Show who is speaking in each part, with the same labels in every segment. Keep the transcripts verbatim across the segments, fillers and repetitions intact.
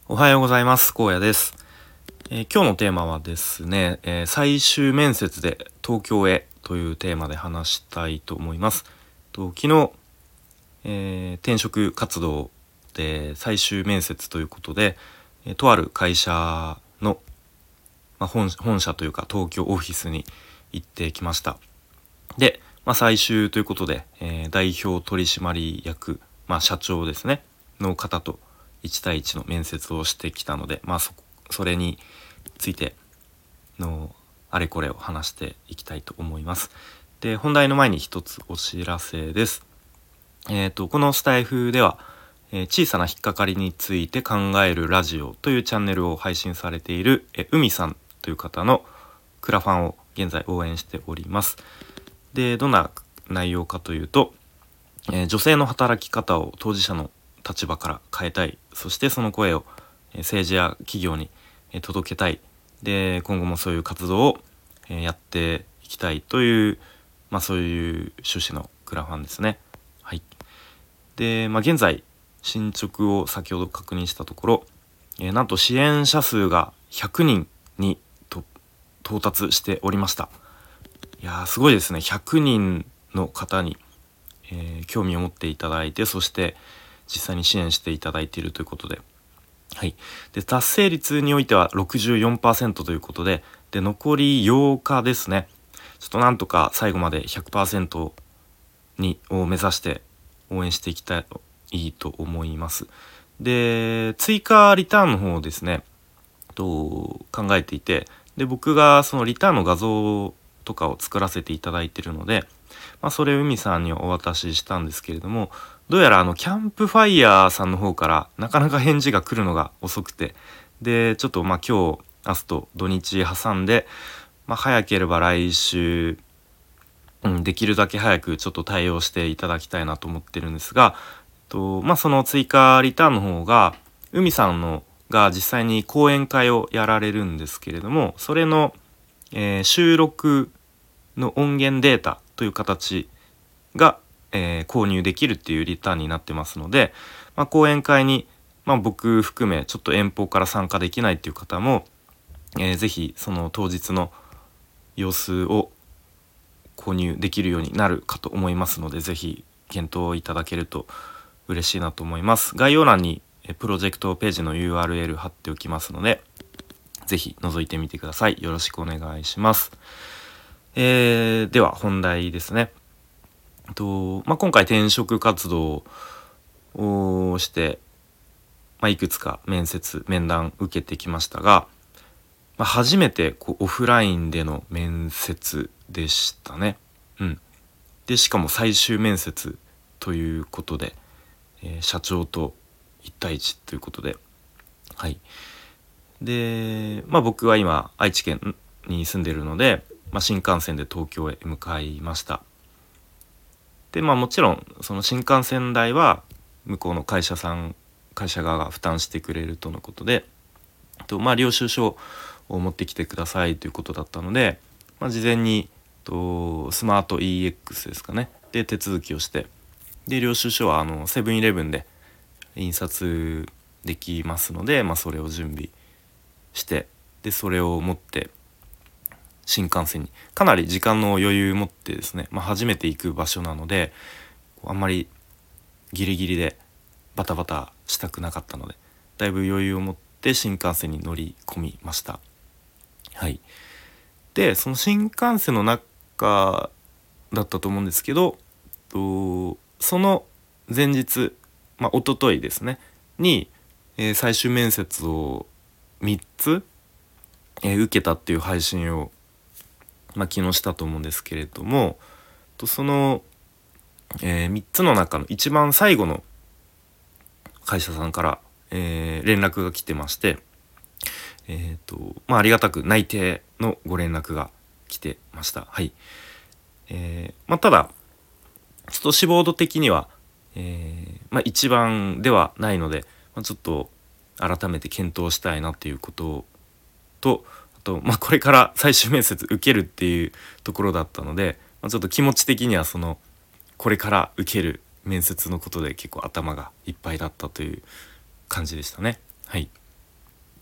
Speaker 1: おはようございます。荒野です、えー今日のテーマはですね、えー最終面接で東京へというテーマで話したいと思います。と昨日、えー転職活動で最終面接ということで、えーとある会社の、まあ、本、本社というか東京オフィスに行ってきました。で、まあ、最終ということで、えー代表取締役、まあ、社長ですねの方といち対いちの面接をしてきたので、まあ、そそれについてのあれこれを話していきたいと思います。で、本題の前に一つお知らせです。えーと、このスタイフでは、えー小さな引っかかりについて考えるラジオというチャンネルを配信されている、えー、海さんという方のクラファンを現在応援しております。で、どんな内容かというと、えー女性の働き方を当事者の立場から変えたい、そしてその声をえー政治や企業にえー届けたい、で今後もそういう活動をえーやっていきたいという、まあ、そういう趣旨のクラファンですね。はい。で、まあ、現在進捗を先ほど確認したところ、えーなんと支援者数がひゃくにんにと到達しておりました。いやーすごいですね。ひゃくにんの方にえー興味を持っていただいて、そして実際に支援していただいているということで、はい。で、達成率においてはろくじゅうよんパーセントということで、で、残りようかですね。ちょっとなんとか最後までひゃくパーセントにを目指して応援していきたいいいと思います。で、追加リターンの方をですね、と考えていて、で僕がそのリターンの画像とかを作らせていただいているので、まあ、それを海さんにお渡ししたんですけれども、どうやらあのキャンプファイヤーさんの方からなかなか返事が来るのが遅くて、でちょっとまあ今日明日と土日挟んで、まあ、早ければ来週、うん、できるだけ早くちょっと対応していただきたいなと思ってるんですが、とまあその追加リターンの方が海さんのが実際に講演会をやられるんですけれども、それの、えー収録の音源データという形が、えー購入できるっていうリターンになってますので、まあ、講演会に、まあ、僕含めちょっと遠方から参加できないっていう方も、えーぜひその当日の様子を購入できるようになるかと思いますので、ぜひ検討いただけると嬉しいなと思います。概要欄にえプロジェクトページの ユーアールエル 貼っておきますので、ぜひ覗いてみてください。よろしくお願いします。えーでは本題ですね。と、まあ、今回転職活動をして、まあ、いくつか面接面談受けてきましたが、まあ、初めてこうオフラインでの面接でしたね。うん。でしかも最終面接ということで、えー社長といち対いちということで、はい。で、まあ、僕は今愛知県に住んでいるので、まあ、新幹線で東京へ向かいました。で、まあもちろんその新幹線代は向こうの会社さん会社側が負担してくれるとのことで、とまあ領収書を持ってきてくださいということだったので、まあ、事前にとスマート イーエックス ですかねで手続きをして、で領収書はあのセブンイレブンで印刷できますので、まあ、それを準備して、でそれを持って新幹線にかなり時間の余裕を持ってですね、まあ、初めて行く場所なのであんまりギリギリでバタバタしたくなかったので、だいぶ余裕を持って新幹線に乗り込みました。はい。でその新幹線の中だったと思うんですけど、とその前日、まあ一昨日ですねに、えー最終面接をみっつ、えー受けたっていう配信を、まあ、昨日したと思うんですけれども、とその、えーみっつの中の一番最後の会社さんから、えー連絡が来てまして、えっ、とまあありがたく内定のご連絡が来てました。はい。えーまあ、ただちょっと志望度的には、えーまあ、一番ではないので、まあ、ちょっと改めて検討したいなっていうことと、あと、まあ、これから最終面接受けるっていうところだったので、まあ、ちょっと気持ち的にはそのこれから受ける面接のことで結構頭がいっぱいだったという感じでしたね。はい。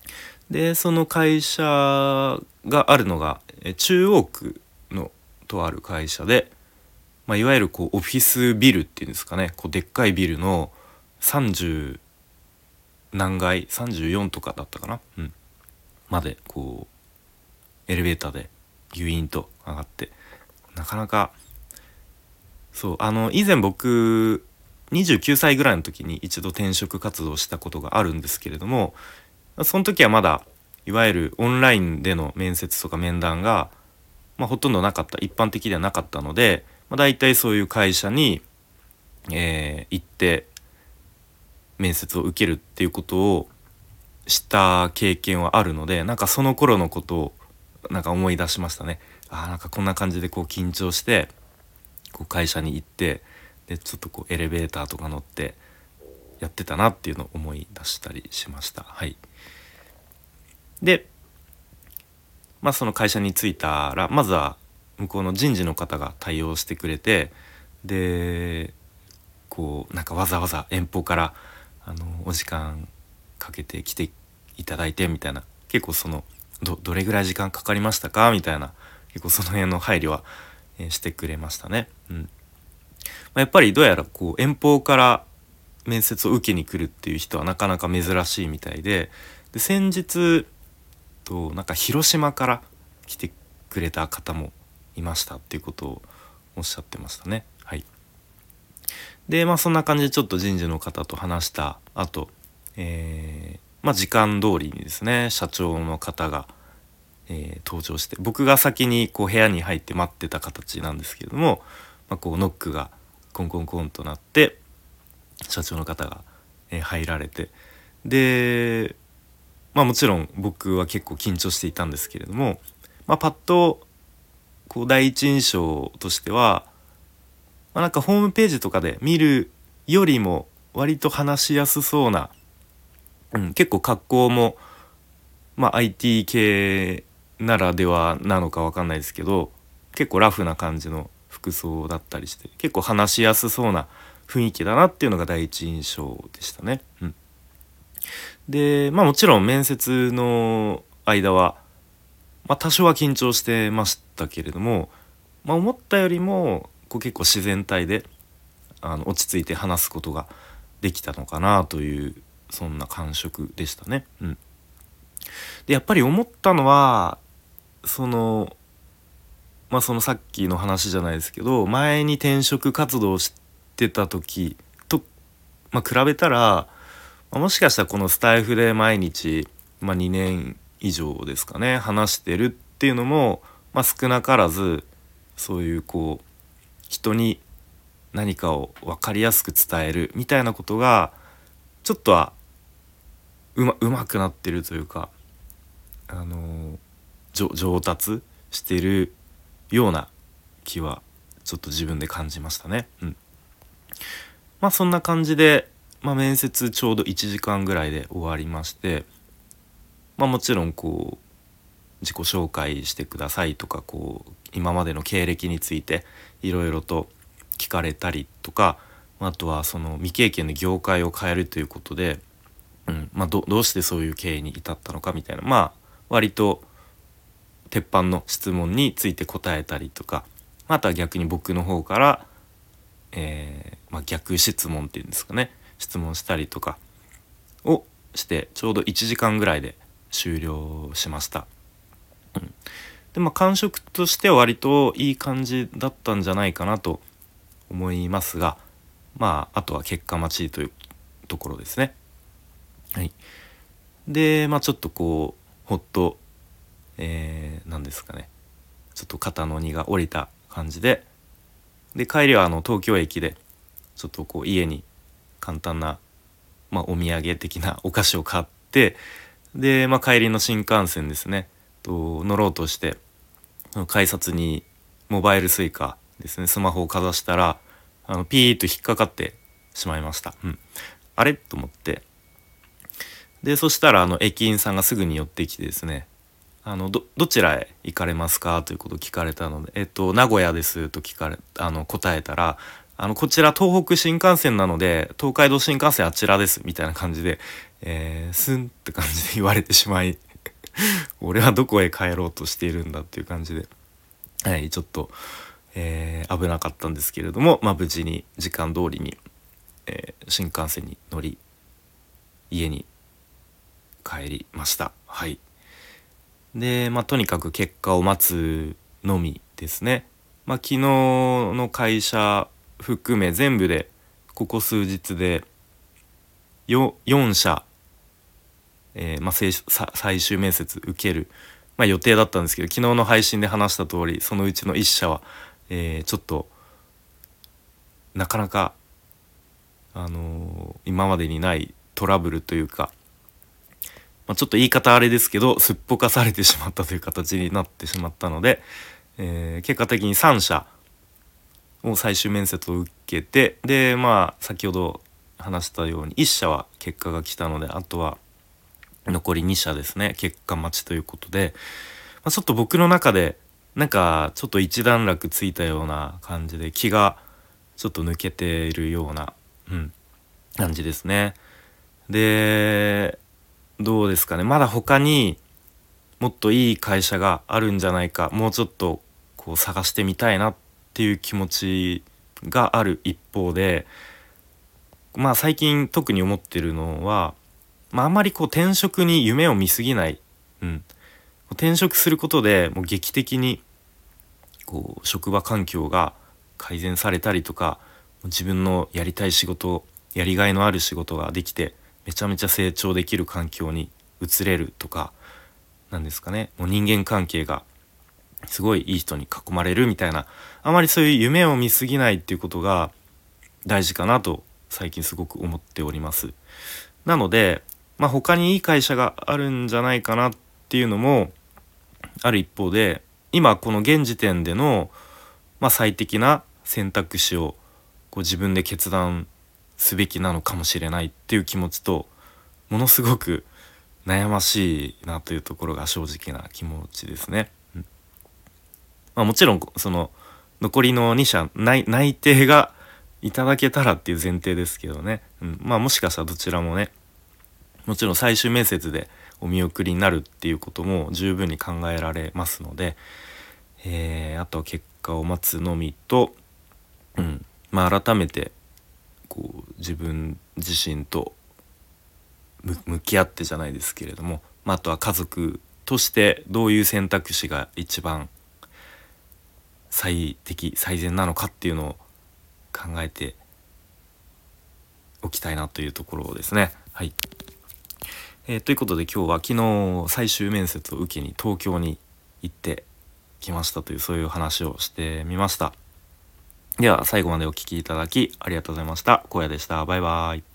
Speaker 1: でその会社があるのが中央区のとある会社で、まあ、いわゆるこうオフィスビルっていうんですかね、こうでっかいビルのさんじゅう何階さんじゅうよんとかだったかな、うん、までこうエレベーターでギュイーンと上がって、なかなかそうあの以前僕にじゅうきゅうさいぐらいの時に一度転職活動したことがあるんですけれども、その時はまだいわゆるオンラインでの面接とか面談が、まあ、ほとんどなかった、一般的ではなかったので、まあ、大体そういう会社に、えー行って面接を受けるっていうことをした経験はあるので、なんかその頃のことをなんか思い出しましたね。あーなんかこんな感じでこう緊張してこう会社に行って、でちょっとこうエレベーターとか乗ってやってたなっていうのを思い出したりしました。はい。で、まあ、その会社に着いたらまずは向こうの人事の方が対応してくれて、でこうなんかわざわざ遠方からあのお時間かけて来ていただいてみたいな、結構その ど, どれぐらい時間かかりましたかみたいな、結構その辺の配慮は、えーしてくれましたね。うんまあ、やっぱりどうやらこう遠方から面接を受けに来るっていう人はなかなか珍しいみたいで、で先日となんか広島から来てくれた方もいましたっていうことをおっしゃってましたね。はい。でまあそんな感じでちょっと人事の方と話した後、えー、まあ時間通りにですね社長の方が、えー登場して、僕が先にこう部屋に入って待ってた形なんですけれども、まあ、こうノックがコンコンコンとなって社長の方が、えー入られて、でまあもちろん僕は結構緊張していたんですけれども、まあ、パッとこう第一印象としては、まあ、なんかホームページとかで見るよりも割と話しやすそうな、うん、結構格好も、まあ、アイティー 系ならではなのか分かんないですけど、結構ラフな感じの服装だったりして結構話しやすそうな雰囲気だなっていうのが第一印象でしたね。うん、でまあもちろん面接の間は、まあ、多少は緊張してましたけれども、まあ、思ったよりもこう結構自然体であの落ち着いて話すことができたのかなという、そんな感触でしたね。うん、でやっぱり思ったのはそのまあそのさっきの話じゃないですけど、前に転職活動をしてた時と、まあ、比べたら、まあもしかしたらこのスタイフで毎日、まあ、にねん以上ですかね話してるっていうのも、まあ、少なからずそういうこう人に何かを分かりやすく伝えるみたいなことがちょっとはうま、うまくなってるというか、あの上上達してるような気はちょっと自分で感じましたね。うん、まあそんな感じで、まあ、面接ちょうどいちじかんぐらいで終わりまして、まあ、もちろんこう自己紹介してくださいとか、こう今までの経歴についていろいろと聞かれたりとか、あとはその未経験で業界を変えるということで、うんまあ、ど, どうしてそういう経緯に至ったのかみたいな、まあ割と鉄板の質問について答えたりとか、あとは逆に僕の方から、えーまあ、逆質問っていうんですかね、質問したりとかをしてちょうどいちじかんぐらいで終了しました。うん、でまあ感触としては割といい感じだったんじゃないかなと思いますが、まああとは結果待ちというところですね。はい、でまあちょっとこうほっと、えー、なんですかね、ちょっと肩の荷が下りた感じで、で帰りはあの東京駅でちょっとこう家に簡単な、まあ、お土産的なお菓子を買って、で、まあ、帰りの新幹線ですねと乗ろうとして、改札にモバイルスイカですね、スマホをかざしたらあのピーッと引っかかってしまいました。うん、あれと思って、でそしたらあの駅員さんがすぐに寄ってきてですね、あの ど, どちらへ行かれますかということを聞かれたので、えっと名古屋ですと聞かれあの答えたら、あのこちら東北新幹線なので東海道新幹線あちらですみたいな感じで、 えー、スンって感じで言われてしまい俺はどこへ帰ろうとしているんだっていう感じで、はい、ちょっと、えー、危なかったんですけれども、まあ、無事に時間通りに、えー、新幹線に乗り家に帰りました。はい。で、まあ、とにかく結果を待つのみですね。まあ、昨日の会社含め全部でここ数日で よ, よん社、えーまあ、最最終面接受ける、まあ、予定だったんですけど、昨日の配信で話した通りそのうちのいっ社は、えーちょっとなかなか、あのー今までにないトラブルというか、まあ、ちょっと言い方あれですけどすっぽかされてしまったという形になってしまったので、えー結果的にさん社を最終面接を受けて、でまあ先ほど話したようにいっ社は結果が来たので、あとは残りに社ですね、結果待ちということで、まあ、ちょっと僕の中でなんかちょっと一段落ついたような感じで気がちょっと抜けているような、うん、感じですね。でどうですかね、まだ他にもっといい会社があるんじゃないか、もうちょっとこう探してみたいなっていう気持ちがある一方で、まあ最近特に思ってるのは、まあ、あんまりこう転職に夢を見すぎない、うん、転職することでもう劇的にこう職場環境が改善されたりとか、自分のやりたい仕事、やりがいのある仕事ができてめちゃめちゃ成長できる環境に移れるとか、なんですかね、もう人間関係がすごいいい人に囲まれるみたいな、あまりそういう夢を見すぎないっていうことが大事かなと最近すごく思っております。なので、まあ、他にいい会社があるんじゃないかなっていうのもある一方で、今この現時点での、まあ、最適な選択肢をこう自分で決断すべきなのかもしれないっていう気持ちと、ものすごく悩ましいなというところが正直な気持ちですね。うん、まあ、もちろんその残りのに社内内定がいただけたらっていう前提ですけどね、うん、まあもしかしたらどちらもね、もちろん最終面接でお見送りになるっていうことも十分に考えられますので、えー、あとは結果を待つのみと、うん、まあ改めてこう自分自身と向き合ってじゃないですけれども、まあ、あとは家族としてどういう選択肢が一番最適最善なのかっていうのを考えておきたいなというところですね。はい。えー、ということで今日は昨日最終面接を受けに東京に行ってきましたという、そういう話をしてみました。では最後までお聞きいただきありがとうございました。荒野でした。バイバイ。